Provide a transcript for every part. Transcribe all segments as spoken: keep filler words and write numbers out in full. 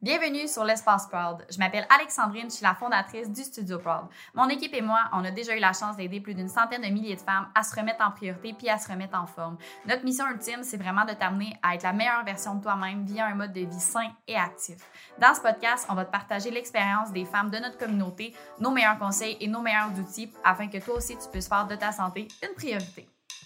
Bienvenue sur l'Espace Proud. Je m'appelle Alexandrine, je suis la fondatrice du Studio Proud. Mon équipe et moi, on a déjà eu la chance d'aider plus d'une centaine de milliers de femmes à se remettre en priorité puis à se remettre en forme. Notre mission ultime, c'est vraiment de t'amener à être la meilleure version de toi-même via un mode de vie sain et actif. Dans ce podcast, on va te partager l'expérience des femmes de notre communauté, nos meilleurs conseils et nos meilleurs outils afin que toi aussi tu puisses faire de ta santé une priorité.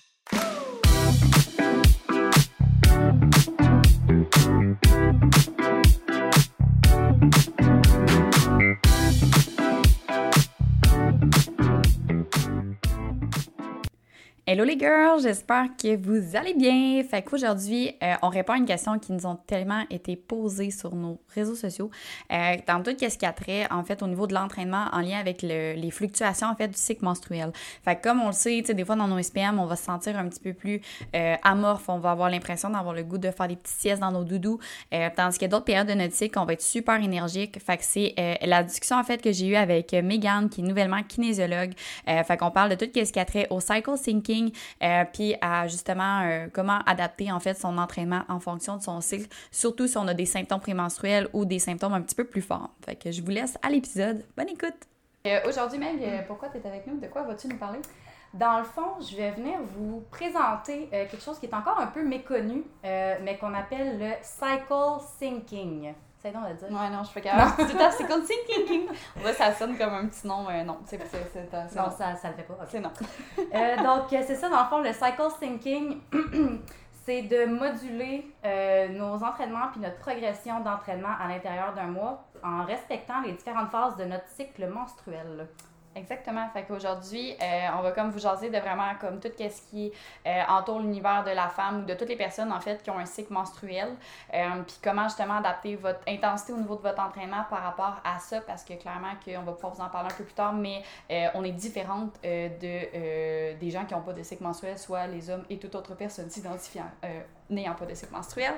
Hello les girls, j'espère que vous allez bien. Fait qu'aujourd'hui, euh, on répond à une question qui nous ont tellement été posées sur nos réseaux sociaux. Euh, dans tout ce qui a trait, en fait, au niveau de l'entraînement en lien avec le, les fluctuations, en fait, du cycle menstruel. Fait que comme on le sait, tu sais, des fois dans nos S P M, on va se sentir un petit peu plus euh, amorphe. On va avoir l'impression d'avoir le goût de faire des petites siestes dans nos doudous. Euh, tandis qu'il y a d'autres périodes de notre cycle, on va être super énergique. Fait que c'est euh, la discussion, en fait, que j'ai eue avec Megan, qui est nouvellement kinésiologue. Euh, fait qu'on parle de tout ce qui a trait au cycle syncing. Euh, puis à justement euh, comment adapter en fait son entraînement en fonction de son cycle, surtout si on a des symptômes prémenstruels ou des symptômes un petit peu plus forts. Fait que je vous laisse à l'épisode. Bonne écoute! Euh, aujourd'hui, Meg, euh, pourquoi tu es avec nous? De quoi vas-tu nous parler? Dans le fond, je vais venir vous présenter euh, quelque chose qui est encore un peu méconnu, euh, mais qu'on appelle le cycle syncing. C'est donc à dire. Ouais, non, je fais capable. C'est tout à fait comme syncing. Ouais, ça sonne comme un petit nom. Euh, non, c'est c'est c'est c'est non, non. ça ça le fait pas. Okay. C'est non. euh, donc c'est ça dans le fond, le cycle syncing, c'est de moduler euh, nos entraînements puis notre progression d'entraînement à l'intérieur d'un mois en respectant les différentes phases de notre cycle menstruel. Exactement. Fait qu'aujourd'hui, euh, on va comme vous jaser de vraiment comme tout ce qui euh, entoure l'univers de la femme ou de toutes les personnes en fait qui ont un cycle menstruel. Euh, puis comment justement adapter votre intensité au niveau de votre entraînement par rapport à ça, parce que clairement qu'on va pouvoir vous en parler un peu plus tard, mais euh, on est différente euh, de euh, des gens qui n'ont pas de cycle menstruel, soit les hommes et toute autre personne s'identifiant euh, n'ayant pas de cycle menstruel.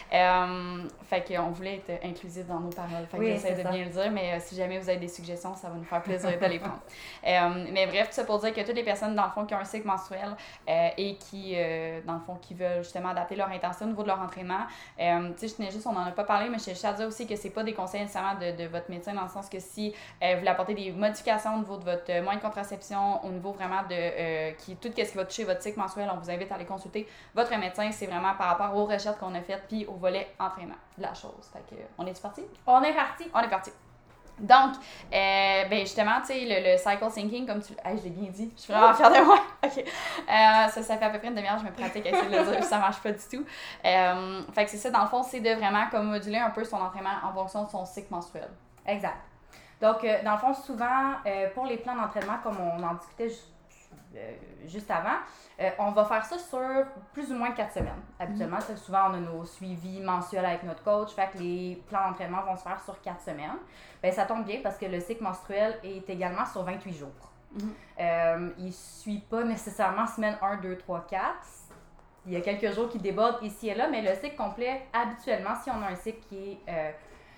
Euh, fait qu'on voulait être inclusif dans nos paroles. Fait que oui, j'essaie de ça. bien le dire, mais euh, si jamais vous avez des suggestions, ça va nous faire plaisir de les prendre. Euh, mais bref, tout ça pour dire que toutes les personnes, dans le fond, qui ont un cycle menstruel euh, et qui, euh, dans le fond, qui veulent justement adapter leur intensité au niveau de leur entraînement, euh, tu sais, je tenais juste, on n'en a pas parlé, mais je tiens juste à dire aussi que c'est pas des conseils nécessairement de, de votre médecin, dans le sens que si euh, vous voulez apporter des modifications au niveau de votre euh, moyen de contraception, au niveau vraiment de euh, qui, tout ce qui va toucher votre cycle menstruel, on vous invite à aller consulter votre médecin. C'est vraiment par rapport aux recherches qu'on a faites puis au volet entraînement de la chose. Fait que, on est parti? On est parti! On est parti! Donc, euh, ben justement, tu sais, le, le cycle syncing, comme tu... Hey, je l'ai bien dit, je suis vraiment fière de moi. OK. Euh, ça, ça fait à peu près une demi-heure, je me pratique à essayer de le dire, ça marche pas du tout. Euh, fait que c'est ça, dans le fond, c'est de vraiment comme moduler un peu son entraînement en fonction de son cycle menstruel. Exact. Donc, euh, dans le fond, souvent, euh, pour les plans d'entraînement, comme on en discutait juste, euh, juste avant, euh, on va faire ça sur plus ou moins quatre semaines. Habituellement, mm-hmm. souvent, on a nos suivis mensuels avec notre coach, fait que les plans d'entraînement vont se faire sur quatre semaines. Bien, ça tombe bien parce que le cycle menstruel est également sur vingt-huit jours. Mm-hmm. Euh, il ne suit pas nécessairement semaine un, deux, trois, quatre. Il y a quelques jours qui débordent ici et là, mais le cycle complet, habituellement, si on a un cycle qui est... Euh,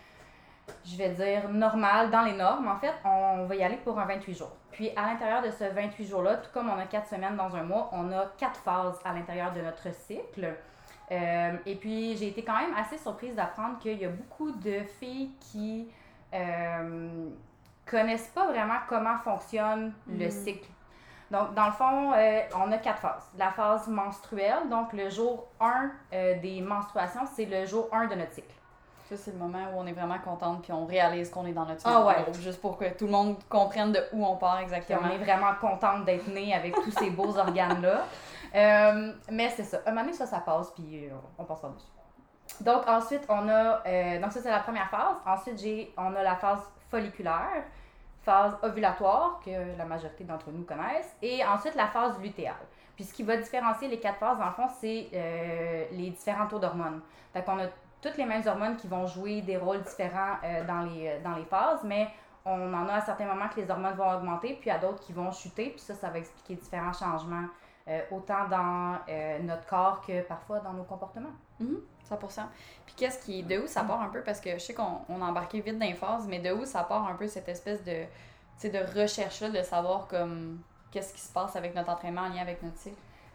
je vais dire normal, dans les normes, en fait, on va y aller pour un vingt-huit jours. Puis, à l'intérieur de ce vingt-huit jours-là, tout comme on a quatre semaines dans un mois, on a quatre phases à l'intérieur de notre cycle. Euh, et puis, j'ai été quand même assez surprise d'apprendre qu'il y a beaucoup de filles qui euh, connaissent pas vraiment comment fonctionne mmh. le cycle. Donc, dans le fond, euh, on a quatre phases. La phase menstruelle, donc le jour un euh, des menstruations, c'est le jour un de notre cycle. Ça, c'est le moment où on est vraiment contente puis on réalise qu'on est dans notre cycle. Ah ouais. Juste pour que tout le monde comprenne de où on part exactement. Puis on est vraiment contente d'être née avec tous ces beaux organes-là. Euh, mais c'est ça. Un moment donné, ça, ça passe puis on passe par-dessus. Donc, ensuite, on a... Euh, donc, ça, c'est la première phase. Ensuite, j'ai, on a la phase folliculaire, phase ovulatoire, que la majorité d'entre nous connaissent, et ensuite, la phase lutéale. Puis, ce qui va différencier les quatre phases, dans le fond, c'est euh, les différents taux d'hormones. Fait qu'on a toutes les mêmes hormones qui vont jouer des rôles différents euh, dans, les, dans les phases, mais on en a à certains moments que les hormones vont augmenter, puis à d'autres qui vont chuter, puis ça, ça va expliquer différents changements, euh, autant dans euh, notre corps que parfois dans nos comportements. Mm-hmm, cent pour cent. Puis qu'est-ce qui, de où ça part un peu, parce que je sais qu'on on a embarqué vite dans les phases, mais de où ça part un peu cette espèce de, de recherche-là, de savoir comme qu'est-ce qui se passe avec notre entraînement en lien avec notre cycle?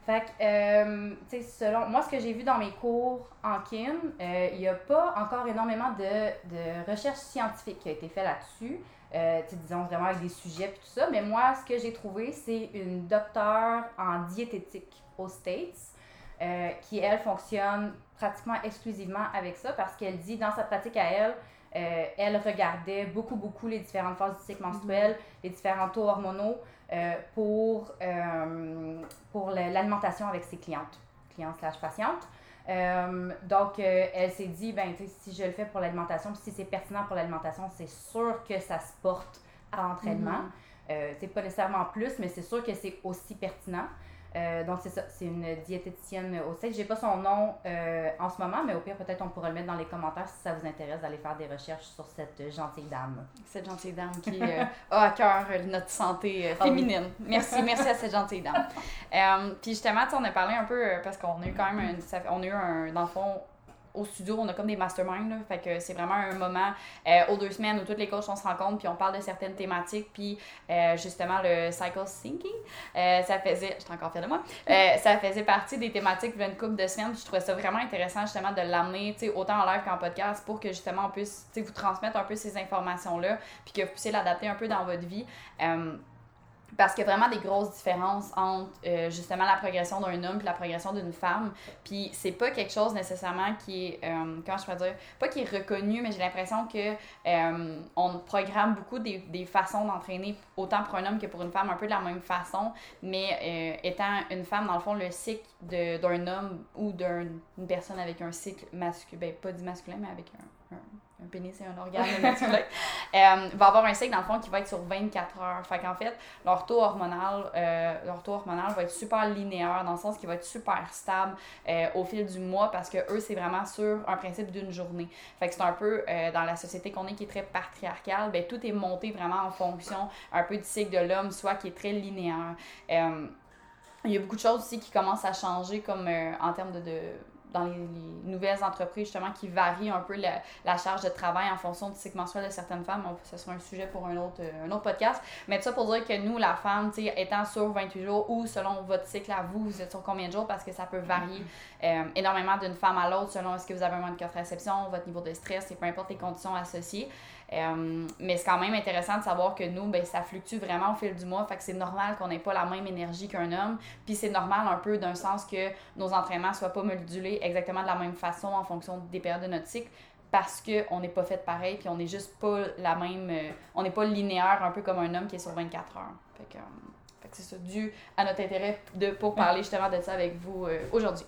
Fait que, euh, tu sais, selon moi, ce que j'ai vu dans mes cours en kin, euh, il n'y a pas encore énormément de, de recherche scientifique qui a été faite là-dessus. Euh, tu sais, disons vraiment avec des sujets et tout ça. Mais moi, ce que j'ai trouvé, c'est une docteure en diététique aux States euh, qui, elle, fonctionne pratiquement exclusivement avec ça parce qu'elle dit, dans sa pratique à elle, euh, elle regardait beaucoup, beaucoup les différentes phases du cycle menstruel, mm-hmm. les différents taux hormonaux, Euh, pour, euh, pour l'alimentation avec ses clientes, clientes slash patientes. Euh, donc, euh, elle s'est dit, ben, si je le fais pour l'alimentation, puis si c'est pertinent pour l'alimentation, c'est sûr que ça se porte à l'entraînement. Mm-hmm. Euh, c'est pas nécessairement plus, mais c'est sûr que c'est aussi pertinent. Euh, donc, c'est ça, c'est une diététicienne au States. J'ai pas son nom euh, en ce moment, mais au pire, peut-être on pourra le mettre dans les commentaires si ça vous intéresse d'aller faire des recherches sur cette gentille dame. Cette gentille dame qui euh, a à cœur notre santé euh, féminine. Oh oui. Merci, merci à cette gentille dame. euh, Puis justement, on a parlé un peu, parce qu'on a eu quand même, un, ça, on a eu un, dans le fond, au studio, on a comme des masterminds, là, fait que c'est vraiment un moment euh, aux deux semaines où tous les coachs on se rencontre puis on parle de certaines thématiques, puis euh, justement le cycle syncing, euh, ça faisait, j'étais encore fière de moi, euh, ça faisait partie des thématiques d'une couple de semaines, puis je trouvais ça vraiment intéressant justement de l'amener, tu sais, autant en live qu'en podcast pour que justement on puisse, tu sais, vous transmettre un peu ces informations-là, puis que vous puissiez l'adapter un peu dans votre vie. Euh, Parce qu'il y a vraiment des grosses différences entre euh, justement la progression d'un homme et la progression d'une femme. Puis c'est pas quelque chose nécessairement qui est, euh, comment je pourrais dire, pas qui est reconnu, mais j'ai l'impression que euh, on programme beaucoup des, des façons d'entraîner, autant pour un homme que pour une femme, un peu de la même façon. Mais euh, étant une femme, dans le fond, le cycle de, d'un homme ou d'une un, personne avec un cycle masculin, ben pas du masculin, mais avec un, un un pénis et un organe masculin, euh, va avoir un cycle, dans le fond, qui va être sur vingt-quatre heures. Fait qu'en fait, leur taux hormonal, euh, leur taux hormonal va être super linéaire, dans le sens qu'il va être super stable euh, au fil du mois, parce que eux, c'est vraiment sur un principe d'une journée. Fait que c'est un peu, euh, dans la société qu'on est, qui est très patriarcale, ben tout est monté vraiment en fonction un peu du cycle de l'homme, soit qui est très linéaire. Euh, il y a beaucoup de choses aussi qui commencent à changer, comme euh, en termes de... de dans les, les nouvelles entreprises, justement, qui varient un peu la, la charge de travail en fonction du cycle menstruel de certaines femmes. On, ce sera un sujet pour un autre, un autre podcast. Mais tout ça pour dire que nous, la femme, tu sais, étant sur vingt-huit jours ou selon votre cycle à vous, vous êtes sur combien de jours, parce que ça peut varier euh, énormément d'une femme à l'autre selon est-ce que vous avez un manque de contraception, votre niveau de stress et peu importe les conditions associées. Euh, mais c'est quand même intéressant de savoir que nous, ben, ça fluctue vraiment au fil du mois, fait que c'est normal qu'on n'ait pas la même énergie qu'un homme, puis c'est normal un peu d'un sens que nos entraînements soient pas modulés exactement de la même façon en fonction des périodes de notre cycle, parce qu'on n'est pas fait pareil, puis on n'est juste pas la même, euh, on n'est pas linéaire un peu comme un homme qui est sur vingt-quatre heures. Fait que, euh, fait que c'est ça, dû à notre intérêt de, pour parler justement de ça avec vous euh, aujourd'hui.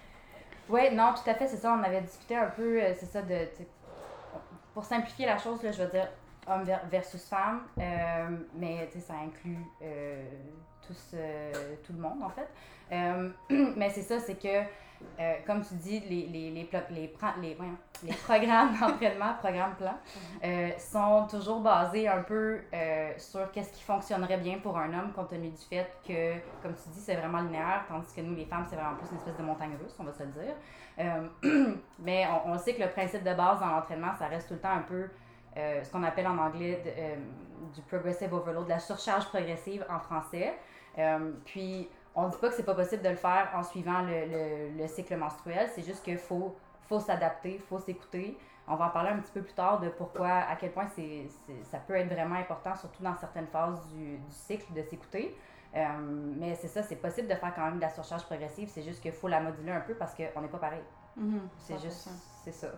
Oui, non, tout à fait, c'est ça, on avait discuté un peu, euh, c'est ça, de... Pour simplifier la chose, là, je veux dire homme versus femme, euh, mais ça inclut euh, tous, euh, tout le monde en fait. Euh, mais c'est ça, c'est que, euh, comme tu dis, les, les, les, les, les, les, les programmes d'entraînement, programmes plans, euh, sont toujours basés un peu euh, sur qu'est-ce qui fonctionnerait bien pour un homme, compte tenu du fait que, comme tu dis, c'est vraiment linéaire, tandis que nous, les femmes, c'est vraiment plus une espèce de montagne russe, on va se le dire. Euh, mais on, on sait que le principe de base dans l'entraînement, ça reste tout le temps un peu euh, ce qu'on appelle en anglais de, euh, du progressive overload, de la surcharge progressive en français. Euh, puis, on ne dit pas que c'est pas possible de le faire en suivant le, le, le cycle menstruel, c'est juste qu'il faut, faut s'adapter, il faut s'écouter. On va en parler un petit peu plus tard de pourquoi, à quel point c'est, c'est, ça peut être vraiment important, surtout dans certaines phases du, du cycle, de s'écouter. Euh, mais c'est ça, c'est possible de faire quand même de la surcharge progressive, c'est juste qu'il faut la moduler un peu parce qu'on n'est pas pareil. Mm-hmm, c'est juste, c'est ça.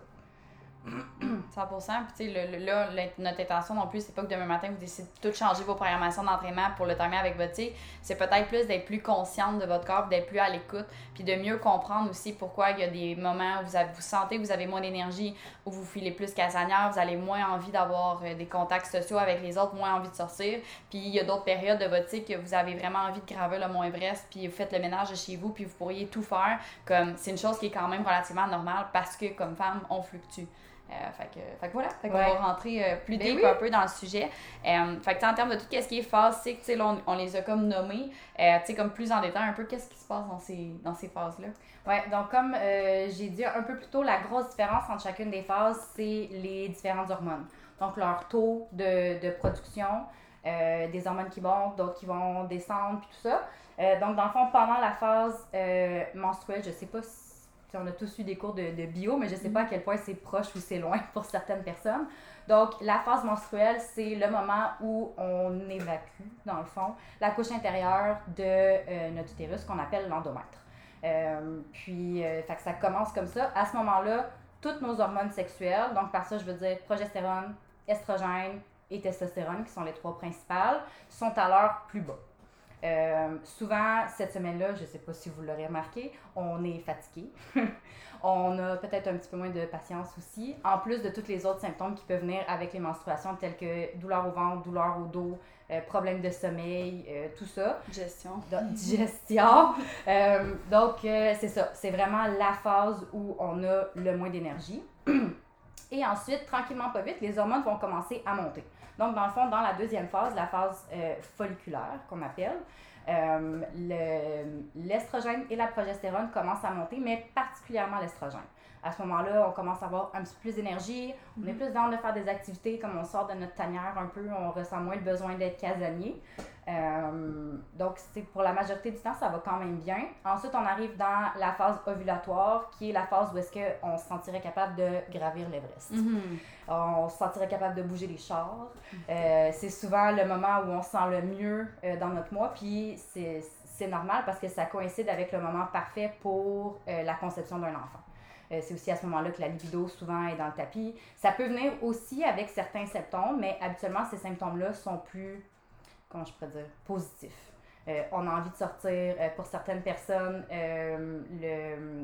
cent pour cent. Puis, tu sais, le, le, là, notre intention non plus, c'est pas que demain matin, vous décidez de tout changer vos programmations d'entraînement pour le timer avec votre cycle. C'est peut-être plus d'être plus consciente de votre corps, d'être plus à l'écoute, puis de mieux comprendre aussi pourquoi il y a des moments où vous, avez, vous sentez que vous avez moins d'énergie, où vous filez plus casanière, vous avez moins envie d'avoir des contacts sociaux avec les autres, moins envie de sortir. Puis, il y a d'autres périodes de votre cycle que vous avez vraiment envie de gravir le Mont Everest, puis vous faites le ménage de chez vous, puis vous pourriez tout faire. Comme, c'est une chose qui est quand même relativement normale parce que, comme femme, on fluctue. Euh, fait, que, fait que voilà, fait qu'on ouais. va rentrer euh, plus deep oui. un peu dans le sujet. Euh, fait que en termes de tout ce qui est phase cycle, tu sais, on, on les a comme nommés, euh, tu sais, comme plus en détail un peu, qu'est-ce qui se passe dans ces, dans ces phases-là? Ouais, donc comme euh, j'ai dit un peu plus tôt, la grosse différence entre chacune des phases, c'est les différentes hormones. Donc leur taux de, de production, euh, des hormones qui montent, d'autres qui vont descendre, puis tout ça. Euh, donc, dans le fond, pendant la phase euh, menstruelle, je sais pas si, si on a tous eu des cours de, de bio, mais je sais pas à quel point c'est proche ou c'est loin pour certaines personnes. Donc, la phase menstruelle, c'est le moment où on évacue, dans le fond, la couche intérieure de euh, notre utérus qu'on appelle l'endomètre. Euh, puis, euh, fait que ça commence comme ça. À ce moment-là, toutes nos hormones sexuelles, donc par ça, je veux dire progestérone, estrogène et testostérone, qui sont les trois principales, sont à leur plus bas. Euh, souvent, cette semaine-là, je ne sais pas si vous l'aurez remarqué, on est fatigué. On a peut-être un petit peu moins de patience aussi, en plus de tous les autres symptômes qui peuvent venir avec les menstruations, tels que douleur au ventre, douleur au dos, euh, problèmes de sommeil, euh, tout ça. Digestion. Donc, digestion. euh, donc, euh, c'est ça. C'est vraiment la phase où on a le moins d'énergie. Et ensuite, tranquillement, pas vite, les hormones vont commencer à monter. Donc, dans le fond, dans la deuxième phase, la phase euh, folliculaire, qu'on appelle, euh, le, l'estrogène et la progestérone commencent à monter, mais particulièrement l'estrogène. À ce moment-là, on commence à avoir un petit peu plus d'énergie, on est plus dans de faire des activités, comme on sort de notre tanière un peu, on ressent moins le besoin d'être casanier. Euh, donc, c'est, pour la majorité du temps, ça va quand même bien. Ensuite, on arrive dans la phase ovulatoire, qui est la phase où est-ce qu'on se sentirait capable de gravir l'Everest. Mm-hmm. On se sentirait capable de bouger les chars. Euh, c'est souvent le moment où on se sent le mieux euh, dans notre mois, puis c'est, c'est normal parce que ça coïncide avec le moment parfait pour euh, la conception d'un enfant. Euh, c'est aussi à ce moment-là que la libido souvent est dans le tapis. Ça peut venir aussi avec certains symptômes, mais habituellement, ces symptômes-là sont plus, comment je pourrais dire, positifs. Euh, on a envie de sortir. Euh, pour certaines personnes, euh, le,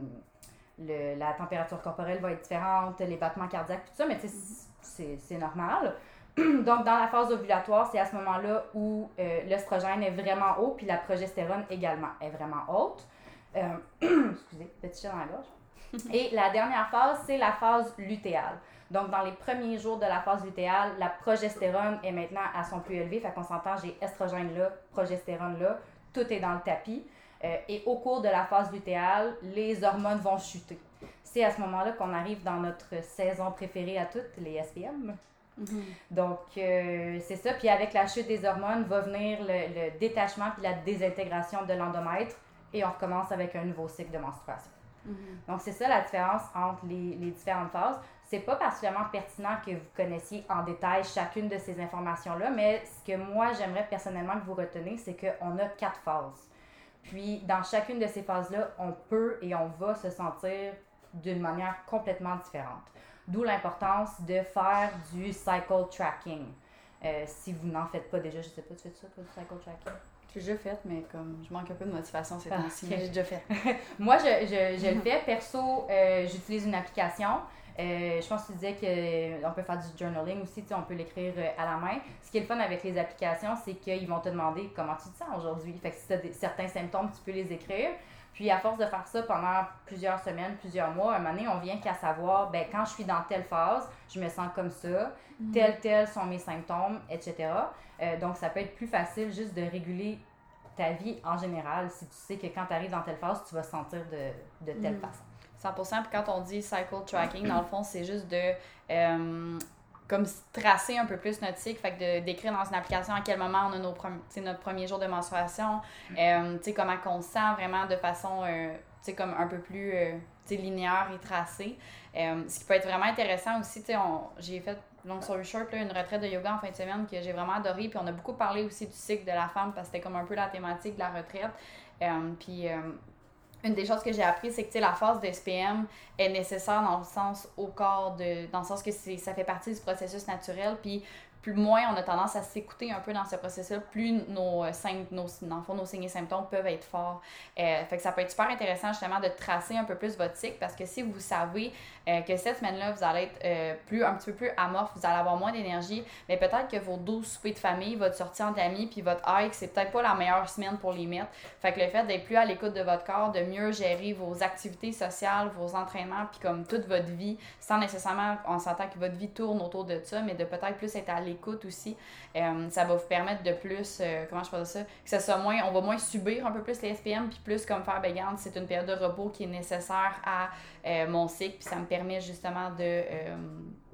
le, la température corporelle va être différente, les battements cardiaques, tout ça, mais tu sais, c'est, c'est normal. Donc, dans la phase ovulatoire, c'est à ce moment-là où euh, l'estrogène est vraiment haut, puis la progestérone également est vraiment haute. Euh, excusez, petit chat dans la gorge. Et la dernière phase, c'est la phase lutéale. Donc, dans les premiers jours de la phase lutéale, la progestérone est maintenant à son plus élevé. Fait qu'on s'entend, j'ai estrogène là, progestérone là, tout est dans le tapis. Euh, et au cours de la phase lutéale, les hormones vont chuter. C'est à ce moment-là qu'on arrive dans notre saison préférée à toutes, les S P M. Mm-hmm. Donc, euh, c'est ça. Puis avec la chute des hormones, va venir le, le détachement puis la désintégration de l'endomètre et on recommence avec un nouveau cycle de menstruation. Mm-hmm. Donc, c'est ça la différence entre les, les différentes phases. C'est pas particulièrement pertinent que vous connaissiez en détail chacune de ces informations-là, mais ce que moi, j'aimerais personnellement que vous reteniez, c'est qu'on a quatre phases. Puis, dans chacune de ces phases-là, on peut et on va se sentir d'une manière complètement différente. D'où l'importance de faire du cycle tracking. Euh, si vous n'en faites pas déjà, je sais pas, tu fais ça, toi, du cycle tracking? J'ai déjà fait, mais comme je manque un peu de motivation ces temps-ci, okay. mais j'ai déjà fait. Moi, je, je, je le fais. Perso, euh, j'utilise une application. Euh, je pense que tu disais qu'on peut faire du journaling aussi, on peut l'écrire à la main. Ce qui est le fun avec les applications, c'est qu'ils vont te demander comment tu te sens aujourd'hui. Fait que si tu as des, certains symptômes, tu peux les écrire. Puis à force de faire ça pendant plusieurs semaines, plusieurs mois, à un moment donné, on vient qu'à savoir, ben quand je suis dans telle phase, je me sens comme ça, mm-hmm. tels, tels sont mes symptômes, et cetera. Euh, donc ça peut être plus facile juste de réguler ta vie en général si tu sais que quand tu arrives dans telle phase, tu vas se sentir de, de telle mm-hmm. façon. cent pour cent. Puis quand on dit cycle tracking, dans le fond, c'est juste de euh, comme tracer un peu plus notre cycle, fait que de, d'écrire dans une application à quel moment on a nos prom- notre premier jour de menstruation, euh, comment on se sent vraiment de façon euh, comme un peu plus euh, linéaire et tracée. Euh, ce qui peut être vraiment intéressant aussi, on, j'ai fait, long story short, là, une retraite de yoga en fin de semaine que j'ai vraiment adoré, puis on a beaucoup parlé aussi du cycle de la femme parce que c'était comme un peu la thématique de la retraite. Euh, puis... Euh, Une des choses que j'ai appris, c'est que la phase de S P M est nécessaire dans le sens au corps, de, dans le sens que c'est, ça fait partie du processus naturel. Puis plus moins on a tendance à s'écouter un peu dans ce processus-là, plus nos, nos, dans le fond, nos signes et symptômes peuvent être forts. Euh, fait que ça peut être super intéressant justement de tracer un peu plus votre cycle parce que si vous savez euh, que cette semaine-là, vous allez être euh, plus, un petit peu plus amorphe, vous allez avoir moins d'énergie, mais peut-être que vos douze soupers de famille, votre sortie entre amis, puis votre hike, c'est peut-être pas la meilleure semaine pour les mettre. Fait que le fait d'être plus à l'écoute de votre corps, de mieux gérer vos activités sociales, vos entraînements, puis comme toute votre vie, sans nécessairement, on s'entend que votre vie tourne autour de ça, mais de peut-être plus être à l'écoute aussi, euh, ça va vous permettre de plus, euh, comment je peux dire ça, que ça soit moins, on va moins subir un peu plus les S P M, puis plus comme faire, ben regarde, c'est une période de repos qui est nécessaire à euh, mon cycle, puis ça me permet justement de, euh,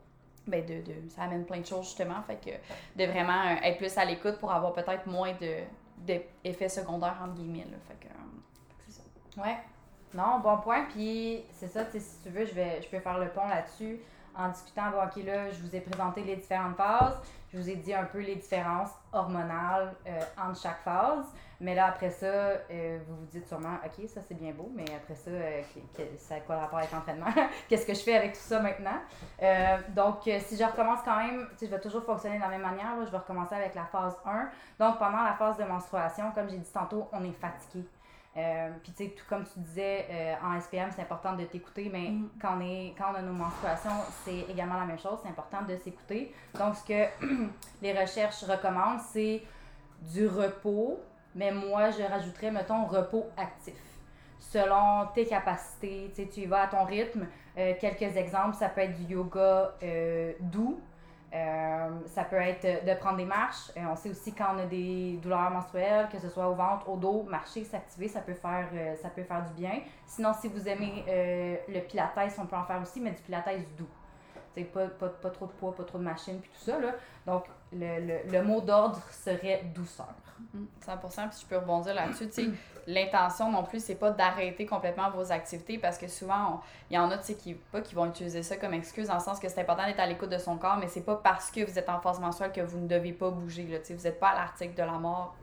ben de, de, ça amène plein de choses justement, fait que de vraiment euh, être plus à l'écoute pour avoir peut-être moins de, d'effets secondaires entre guillemets, là, fait que euh, c'est ça. Ouais, non, bon point, puis c'est ça, tu sais, si tu veux, je vais, je peux faire le pont là-dessus en discutant, bon ok là, je vous ai présenté les différentes phases, je vous ai dit un peu les différences hormonales euh, entre chaque phase, mais là après ça, euh, vous vous dites sûrement, ok, ça c'est bien beau, mais après ça, euh, que, que, ça a quoi le rapport avec l'entraînement? Qu'est-ce que je fais avec tout ça maintenant? Euh, donc euh, si je recommence quand même, tu sais, je vais toujours fonctionner de la même manière, là, je vais recommencer avec la phase un, donc pendant la phase de menstruation, comme j'ai dit tantôt, on est fatigué. Euh, puis tu sais, tout comme tu disais, euh, en S P M, c'est important de t'écouter, mais mm. quand, on est, quand on a nos menstruations, c'est également la même chose, c'est important de s'écouter. Donc, ce que les recherches recommandent, c'est du repos, mais moi, je rajouterais, mettons, repos actif. Selon tes capacités, tu sais, tu y vas à ton rythme. Euh, quelques exemples, ça peut être du yoga euh, doux. Euh, ça peut être de prendre des marches. Euh, on sait aussi quand on a des douleurs menstruelles, que ce soit au ventre, au dos, marcher, s'activer, ça peut faire, euh, ça peut faire du bien. Sinon, si vous aimez euh, le pilates, on peut en faire aussi, mais du pilates doux. T'sais, pas, pas, pas trop de poids, pas trop de machines, puis tout ça, là. Donc, le, le, le mot d'ordre serait douceur. cent pour cent, puis je peux rebondir là-dessus, tu sais, l'intention non plus, c'est pas d'arrêter complètement vos activités, parce que souvent, il y en a, tu sais, qui, pas qui vont utiliser ça comme excuse, dans le sens que c'est important d'être à l'écoute de son corps, mais c'est pas parce que vous êtes en phase menstruelle que vous ne devez pas bouger, là, tu sais, vous êtes pas à l'article de la mort,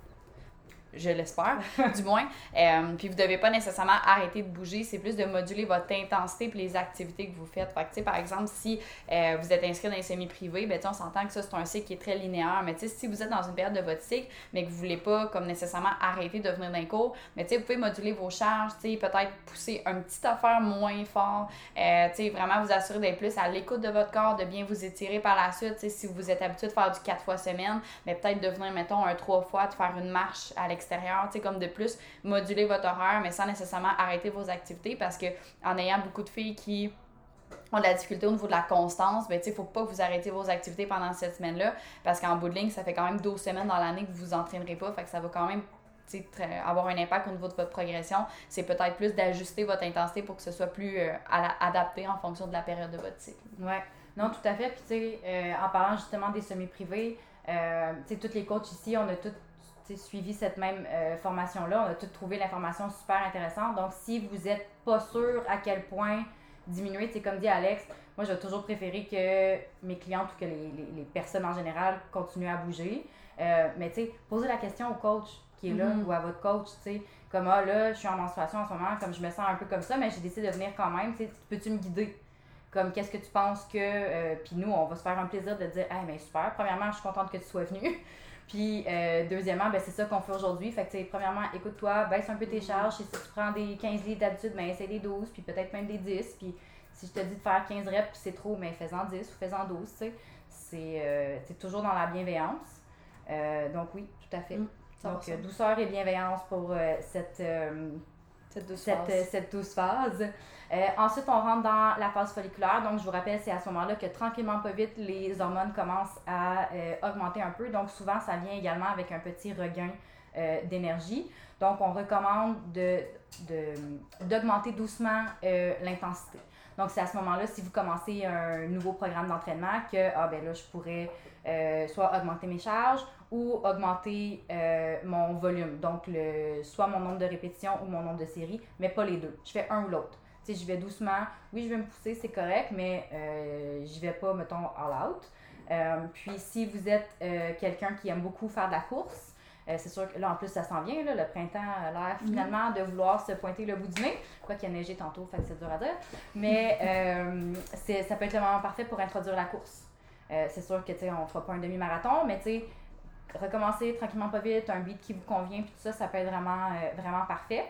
je l'espère, du moins. Euh, puis vous devez pas nécessairement arrêter de bouger, c'est plus de moduler votre intensité puis les activités que vous faites. Fait que, tu sais, par exemple, si euh, vous êtes inscrit dans les semi-privés, ben, tu sais, on s'entend que ça, c'est un cycle qui est très linéaire. Mais, tu sais, si vous êtes dans une période de votre cycle, mais que vous voulez pas, comme nécessairement, arrêter de venir d'un cours, mais, tu sais, vous pouvez moduler vos charges, tu sais, peut-être pousser un petit affaire moins fort, euh, tu sais, vraiment vous assurer d'être plus à l'écoute de votre corps, de bien vous étirer par la suite. Tu sais, si vous êtes habitué de faire du quatre fois semaine, mais peut-être de venir, mettons, un trois fois, de faire une marche à l'extérieur, tu sais, comme de plus moduler votre horaire, mais sans nécessairement arrêter vos activités, parce que en ayant beaucoup de filles qui ont de la difficulté au niveau de la constance, ben, tu sais, il ne faut pas que vous arrêtiez vos activités pendant cette semaine-là, parce qu'en bout de ligne, ça fait quand même douze semaines dans l'année que vous vous entraînerez pas, fait que ça va quand même très, avoir un impact au niveau de votre progression. C'est peut-être plus d'ajuster votre intensité pour que ce soit plus euh, adapté en fonction de la période de votre cycle. Ouais, non, tout à fait. Puis, tu sais, euh, en parlant justement des semi-privés, euh, tu sais, tous les coachs ici, on a tous suivi cette même euh, formation-là. On a tous trouvé l'information super intéressante. Donc, si vous n'êtes pas sûr à quel point diminuer, c'est comme dit Alex, moi, je vais toujours préférer que mes clientes ou que les, les, les personnes en général continuent à bouger. Euh, mais, tu sais, posez la question au coach qui est là mm-hmm. ou à votre coach, tu sais, comme, ah, là, je suis en menstruation en ce moment, comme je me sens un peu comme ça, mais j'ai décidé de venir quand même, tu sais, peux-tu me guider? Comme, qu'est-ce que tu penses que... Euh, puis nous, on va se faire un plaisir de dire, ah, hey, mais super, premièrement, je suis contente que tu sois venue. Puis, euh, deuxièmement, ben, c'est ça qu'on fait aujourd'hui. Fait que, tu sais, premièrement, écoute-toi, baisse un peu tes charges. Et si tu prends des quinze livres d'habitude, ben, essaie des douze, puis peut-être même des dix. Puis, si je te dis de faire quinze reps, puis c'est trop, mais fais-en dix ou fais-en douze, tu sais. C'est euh, toujours dans la bienveillance. Euh, donc, oui, tout à fait. Mmh, donc, euh, douceur et bienveillance pour euh, cette, euh, cette, douce cette, euh, cette douce phase. Euh, ensuite, on rentre dans la phase folliculaire. Donc, je vous rappelle, c'est à ce moment-là que tranquillement, pas vite, les hormones commencent à euh, augmenter un peu. Donc, souvent, ça vient également avec un petit regain euh, d'énergie. Donc, on recommande de, de, d'augmenter doucement euh, l'intensité. Donc, c'est à ce moment-là, si vous commencez un nouveau programme d'entraînement, que, ah ben là, je pourrais euh, soit augmenter mes charges ou augmenter euh, mon volume. Donc, le, soit mon nombre de répétitions ou mon nombre de séries, mais pas les deux. Je fais un ou l'autre. Tu sais, j'y vais doucement. Oui, je vais me pousser, c'est correct, mais euh, j'y vais pas, mettons, all out. Euh, puis, si vous êtes euh, quelqu'un qui aime beaucoup faire de la course, euh, c'est sûr que là, en plus, ça s'en vient, là, le printemps a l'air finalement de vouloir se pointer le bout du nez. Quoi qu'il y a neigé tantôt, fait que c'est dur à dire. Mais euh, c'est, ça peut être le moment parfait pour introduire la course. Euh, c'est sûr que, tu sais, on fera pas un demi-marathon, mais tu sais, recommencer tranquillement pas vite, un beat qui vous convient, puis tout ça, ça peut être vraiment, euh, vraiment parfait.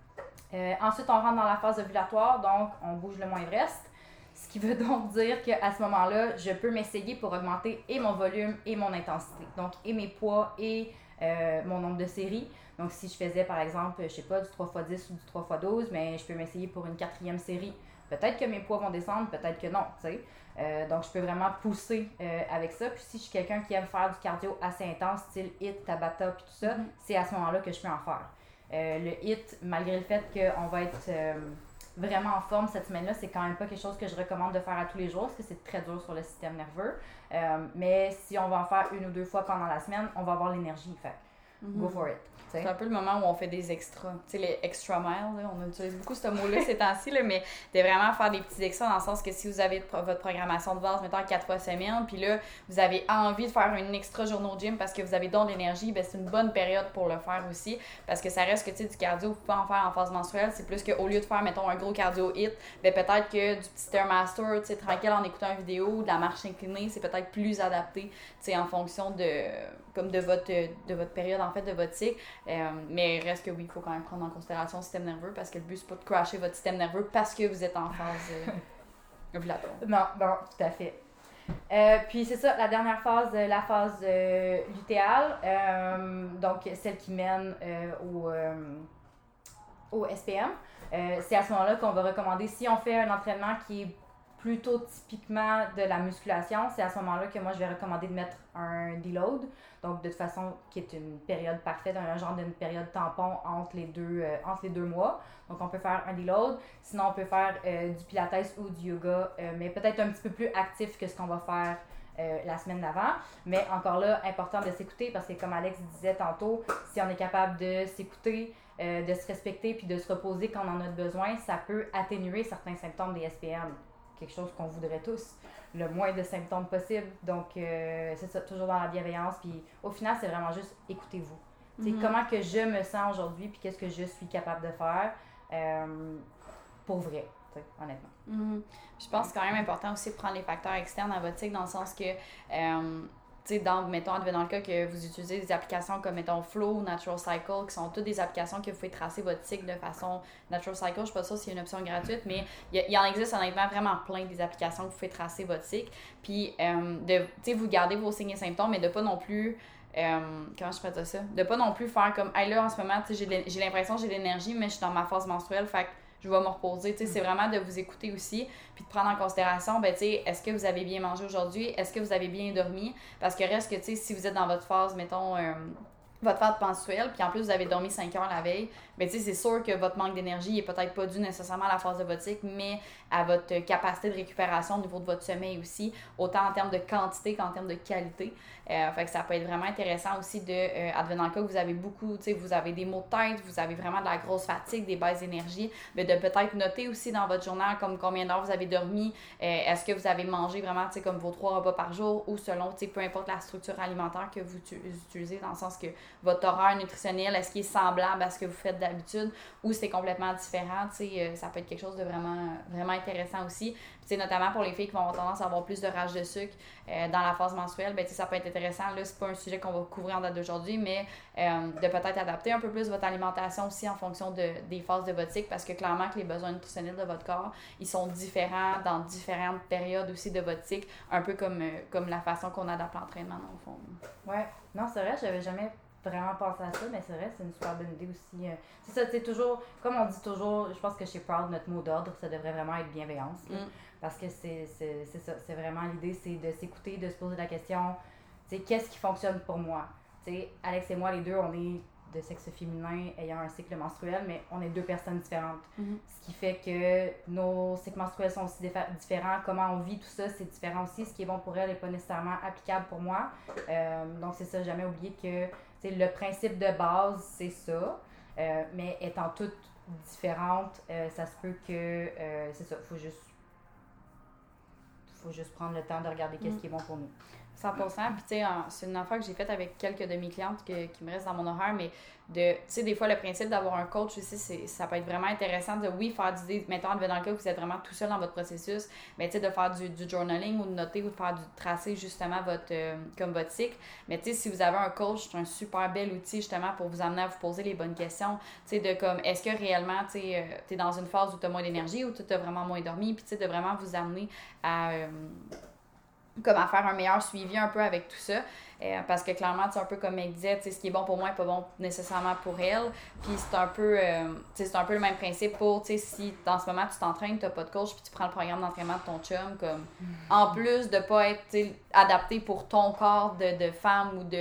Euh, ensuite, on rentre dans la phase ovulatoire, donc on bouge le moins Everest. Ce qui veut donc dire qu'à ce moment-là, je peux m'essayer pour augmenter et mon volume et mon intensité. Donc, et mes poids et euh, mon nombre de séries. Donc, si je faisais, par exemple, je sais pas, du trois fois dix ou du trois fois douze, mais je peux m'essayer pour une quatrième série. Peut-être que mes poids vont descendre, peut-être que non, tu sais. Euh, donc, je peux vraiment pousser euh, avec ça. Puis, si je suis quelqu'un qui aime faire du cardio assez intense, style H I I T, Tabata, puis tout ça, mm-hmm. c'est à ce moment-là que je peux en faire. Euh, le H I I T, malgré le fait qu'on va être euh, vraiment en forme cette semaine-là, c'est quand même pas quelque chose que je recommande de faire à tous les jours parce que c'est très dur sur le système nerveux. Euh, mais si on va en faire une ou deux fois pendant la semaine, on va avoir l'énergie. Fait mm-hmm. go for it. C'est un peu le moment où on fait des extras. Tu sais, les extra miles, là, on utilise beaucoup ce mot-là ces temps-ci, là, mais de vraiment faire des petits extras dans le sens que si vous avez votre programmation de base, mettons, quatre fois semaine, puis là, vous avez envie de faire une extra journée au gym parce que vous avez don d'énergie, ben c'est une bonne période pour le faire aussi. Parce que ça reste que, tu sais, du cardio, vous pouvez en faire en phase menstruelle. C'est plus qu'au lieu de faire, mettons, un gros cardio hit, ben peut-être que du petit Stairmaster, tu sais, tranquille en écoutant une vidéo, de la marche inclinée, c'est peut-être plus adapté, tu sais, en fonction de, comme de votre, de votre période, en fait, de votre cycle. Euh, mais reste que oui, il faut quand même prendre en considération le système nerveux parce que le but, c'est pas de crasher votre système nerveux parce que vous êtes en phase euh, ovulatoire. Non, non, tout à fait. Euh, puis c'est ça, la dernière phase, la phase euh, lutéale, euh, donc celle qui mène euh, au, euh, au S P M. Euh, c'est à ce moment-là qu'on va recommander, si on fait un entraînement qui est plutôt typiquement de la musculation, c'est à ce moment-là que moi je vais recommander de mettre un deload, donc de toute façon qui est une période parfaite, un genre d'une période tampon entre les deux, euh, entre les deux mois. Donc on peut faire un deload, sinon on peut faire euh, du pilates ou du yoga, euh, mais peut-être un petit peu plus actif que ce qu'on va faire euh, la semaine d'avant. Mais encore là, important de s'écouter parce que comme Alex disait tantôt, si on est capable de s'écouter, euh, de se respecter puis de se reposer quand on en a besoin, ça peut atténuer certains symptômes des S P M. Quelque chose qu'on voudrait tous, le moins de symptômes possible. Donc, euh, c'est ça, toujours dans la bienveillance. Puis au final, c'est vraiment juste écoutez-vous. Mm-hmm. C'est comment que je me sens aujourd'hui, puis qu'est-ce que je suis capable de faire euh, pour vrai, honnêtement. Mm-hmm. Je pense que c'est quand même important aussi de prendre les facteurs externes à votre cycle dans le sens que, euh, tu sais, dans, mettons, dans le cas que vous utilisez des applications comme, mettons, Flow ou Natural Cycle, qui sont toutes des applications que vous pouvez tracer votre cycle de façon Natural Cycle. Je ne sais pas sûr s'il y a une option gratuite, mais il y, y en existe honnêtement vraiment plein des applications que vous pouvez tracer votre cycle. Puis, euh, de, tu sais, vous gardez vos signes et symptômes, mais de pas non plus... Euh, comment je pourrais dire ça? De pas non plus faire comme, hey là, en ce moment, tu sais, j'ai, j'ai l'impression que j'ai de l'énergie, mais je suis dans ma phase menstruelle, fait que je vais me reposer. Tu sais, c'est vraiment de vous écouter aussi, puis de prendre en considération, ben, tu sais, est-ce que vous avez bien mangé aujourd'hui? Est-ce que vous avez bien dormi? Parce que reste que, tu sais, si vous êtes dans votre phase, mettons, euh, votre phase menstruelle, puis en plus, vous avez dormi cinq heures la veille, ben, tu sais, c'est sûr que votre manque d'énergie est peut-être pas dû nécessairement à la phase de votre cycle, mais à votre capacité de récupération au niveau de votre sommeil aussi, autant en termes de quantité qu'en termes de qualité. Euh, fait que ça peut être vraiment intéressant aussi de, euh, advenant le cas que vous avez beaucoup, tu sais, vous avez des maux de tête, vous avez vraiment de la grosse fatigue, des baisses d'énergie, mais de peut-être noter aussi dans votre journal comme combien d'heures vous avez dormi, euh, est-ce que vous avez mangé vraiment, tu sais, comme vos trois repas par jour ou selon, tu sais, peu importe la structure alimentaire que vous utilisez, dans le sens que votre horaire nutritionnel, est-ce qu'il est semblable à ce que vous faites d'habitude ou c'est complètement différent, tu sais, euh, ça peut être quelque chose de vraiment, vraiment intéressant aussi. Tu sais, notamment pour les filles qui vont avoir tendance à avoir plus de rage de sucre euh, dans la phase menstruelle, ben, tu sais, ça peut être intéressant. Là, c'est pas un sujet qu'on va couvrir en date d'aujourd'hui, mais euh, de peut-être adapter un peu plus votre alimentation aussi en fonction de, des phases de votre cycle, parce que clairement que les besoins nutritionnels de votre corps, ils sont différents dans différentes périodes aussi de votre cycle, un peu comme, euh, comme la façon qu'on adapte l'entraînement dans le fond. Ouais, non, c'est vrai, j'avais jamais vraiment pensé à ça, mais c'est vrai, c'est une super bonne idée aussi. C'est ça, tu sais, toujours, comme on dit toujours, je pense que chez Proud, notre mot d'ordre, ça devrait vraiment être bienveillance. Mm. Parce que c'est, c'est, c'est ça, c'est vraiment l'idée, c'est de s'écouter, de se poser la question, tu sais, qu'est-ce qui fonctionne pour moi? Tu sais, Alex et moi, les deux, on est de sexe féminin ayant un cycle menstruel, mais on est deux personnes différentes. Mm-hmm. Ce qui fait que nos cycles menstruels sont aussi diffé- différents, comment on vit tout ça, c'est différent aussi. Ce qui est bon pour elle n'est pas nécessairement applicable pour moi. Euh, donc c'est ça, jamais oublier que t'sais, le principe de base, c'est ça. Euh, mais étant toutes différentes, euh, ça se peut que, euh, c'est ça, il faut juste, faut juste prendre le temps de regarder qu'est-ce mm. qui est bon pour nous. cent pour cent. Puis, tu sais, c'est une affaire que j'ai faite avec quelques de mes clientes que, qui me restent dans mon horaire, mais de, tu sais, des fois, le principe d'avoir un coach aussi, c'est, ça peut être vraiment intéressant de, oui, faire du, mettons, dans le cas où vous êtes vraiment tout seul dans votre processus, mais tu sais, de faire du, du journaling ou de noter ou de faire du tracer justement votre, euh, comme votre cycle. Mais tu sais, si vous avez un coach, c'est un super bel outil justement pour vous amener à vous poser les bonnes questions. Tu sais, de comme, est-ce que réellement, tu sais, euh, t'es dans une phase où tu as moins d'énergie ou tu as vraiment moins dormi, puis tu sais, de vraiment vous amener à... Euh, comme à faire un meilleur suivi un peu avec tout ça. Euh, parce que clairement, tu sais, un peu comme elle disait, tu sais, ce qui est bon pour moi n'est pas bon nécessairement pour elle. Puis c'est un peu euh, tu sais, c'est un peu le même principe pour, tu sais, si dans ce moment tu t'entraînes, tu n'as pas de coach, puis tu prends le programme d'entraînement de ton chum, comme, mm-hmm. en plus de pas être, tu sais, adapté pour ton corps de, de femme ou de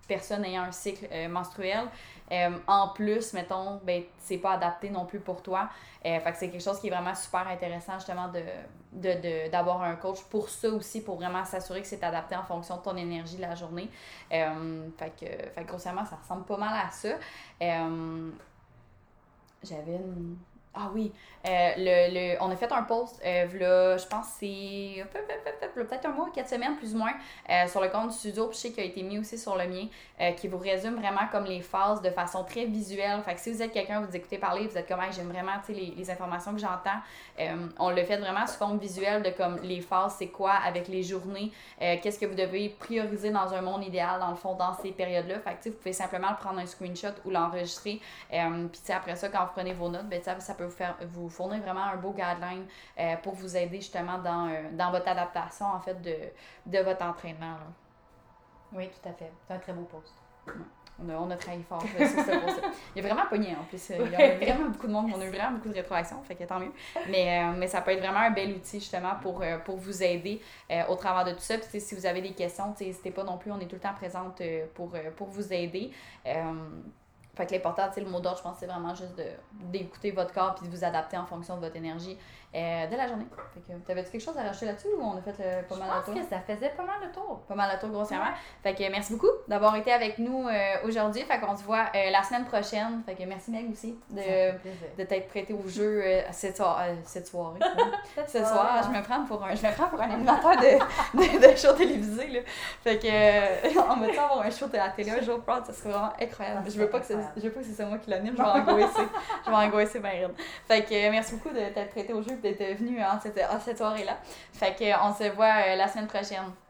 personne ayant un cycle euh, menstruel. Euh, en plus, mettons, ben, c'est pas adapté non plus pour toi. Euh, fait que c'est quelque chose qui est vraiment super intéressant, justement, de, de, de, d'avoir un coach pour ça aussi, pour vraiment s'assurer que c'est adapté en fonction de ton énergie la journée. Euh, fait, que, fait que grossièrement, ça ressemble pas mal à ça. Euh, j'avais une... Ah oui, euh, le, le, on a fait un post, euh, là, je pense que c'est peut-être un mois ou quatre semaines plus ou moins, euh, sur le compte du studio, puis je sais qu'il a été mis aussi sur le mien, euh, qui vous résume vraiment comme les phases de façon très visuelle. Fait que si vous êtes quelqu'un, vous écoutez parler, vous êtes comme, hey, j'aime vraiment les, les informations que j'entends, euh, on l'a fait vraiment sous forme visuelle de comme les phases, c'est quoi avec les journées, euh, qu'est-ce que vous devez prioriser dans un monde idéal, dans le fond, dans ces périodes-là. Fait que vous pouvez simplement prendre un screenshot ou l'enregistrer, euh, puis après ça, quand vous prenez vos notes, ben, ça peut vous faire vous fournir vraiment un beau guideline euh, pour vous aider justement dans, euh, dans votre adaptation en fait de, de votre entraînement. Là. Oui, tout à fait. C'est un très beau post. Ouais. On a, on a travaillé fort sur ça pour ça. Il y a vraiment pogné en plus. Il y a vraiment beaucoup de monde, on a eu vraiment beaucoup de rétroactions, fait que tant mieux. Mais, euh, mais ça peut être vraiment un bel outil justement pour, euh, pour vous aider euh, au travers de tout ça. Puis si vous avez des questions, n'hésitez pas non plus, on est tout le temps présente euh, pour, euh, pour vous aider. Euh, Fait que l'important, tu sais, le mot d'ordre, je pense, c'est vraiment juste de, d'écouter votre corps puis de vous adapter en fonction de votre énergie euh, de la journée. Fait que, t'avais-tu quelque chose à rajouter là-dessus ou on a fait le, pas mal le tour? Je pense que ça faisait pas mal le tour. Pas mal le tour, grossièrement. Ouais. Fait que merci beaucoup d'avoir été avec nous euh, aujourd'hui. Fait qu'on se voit euh, la semaine prochaine. Fait que merci, Meg, aussi, de, de t'être prêtée au jeu euh, cette, soir, euh, cette soirée. cette Ce soir, je me prends pour un, je me prends pour un animateur de, de, de show télévisé, là. Fait que, euh, on va avoir un show de la télé un jour, ça serait vraiment incroyable. Je veux pas que c'est, je veux pas que c'est ça moi qui l'anime, je vais angoisser. je vais angoisser bien raide. Fait que euh, merci beaucoup de t'être prêté au jeu et d'être venu en cette, en cette soirée-là. Fait que euh, on se voit euh, la semaine prochaine.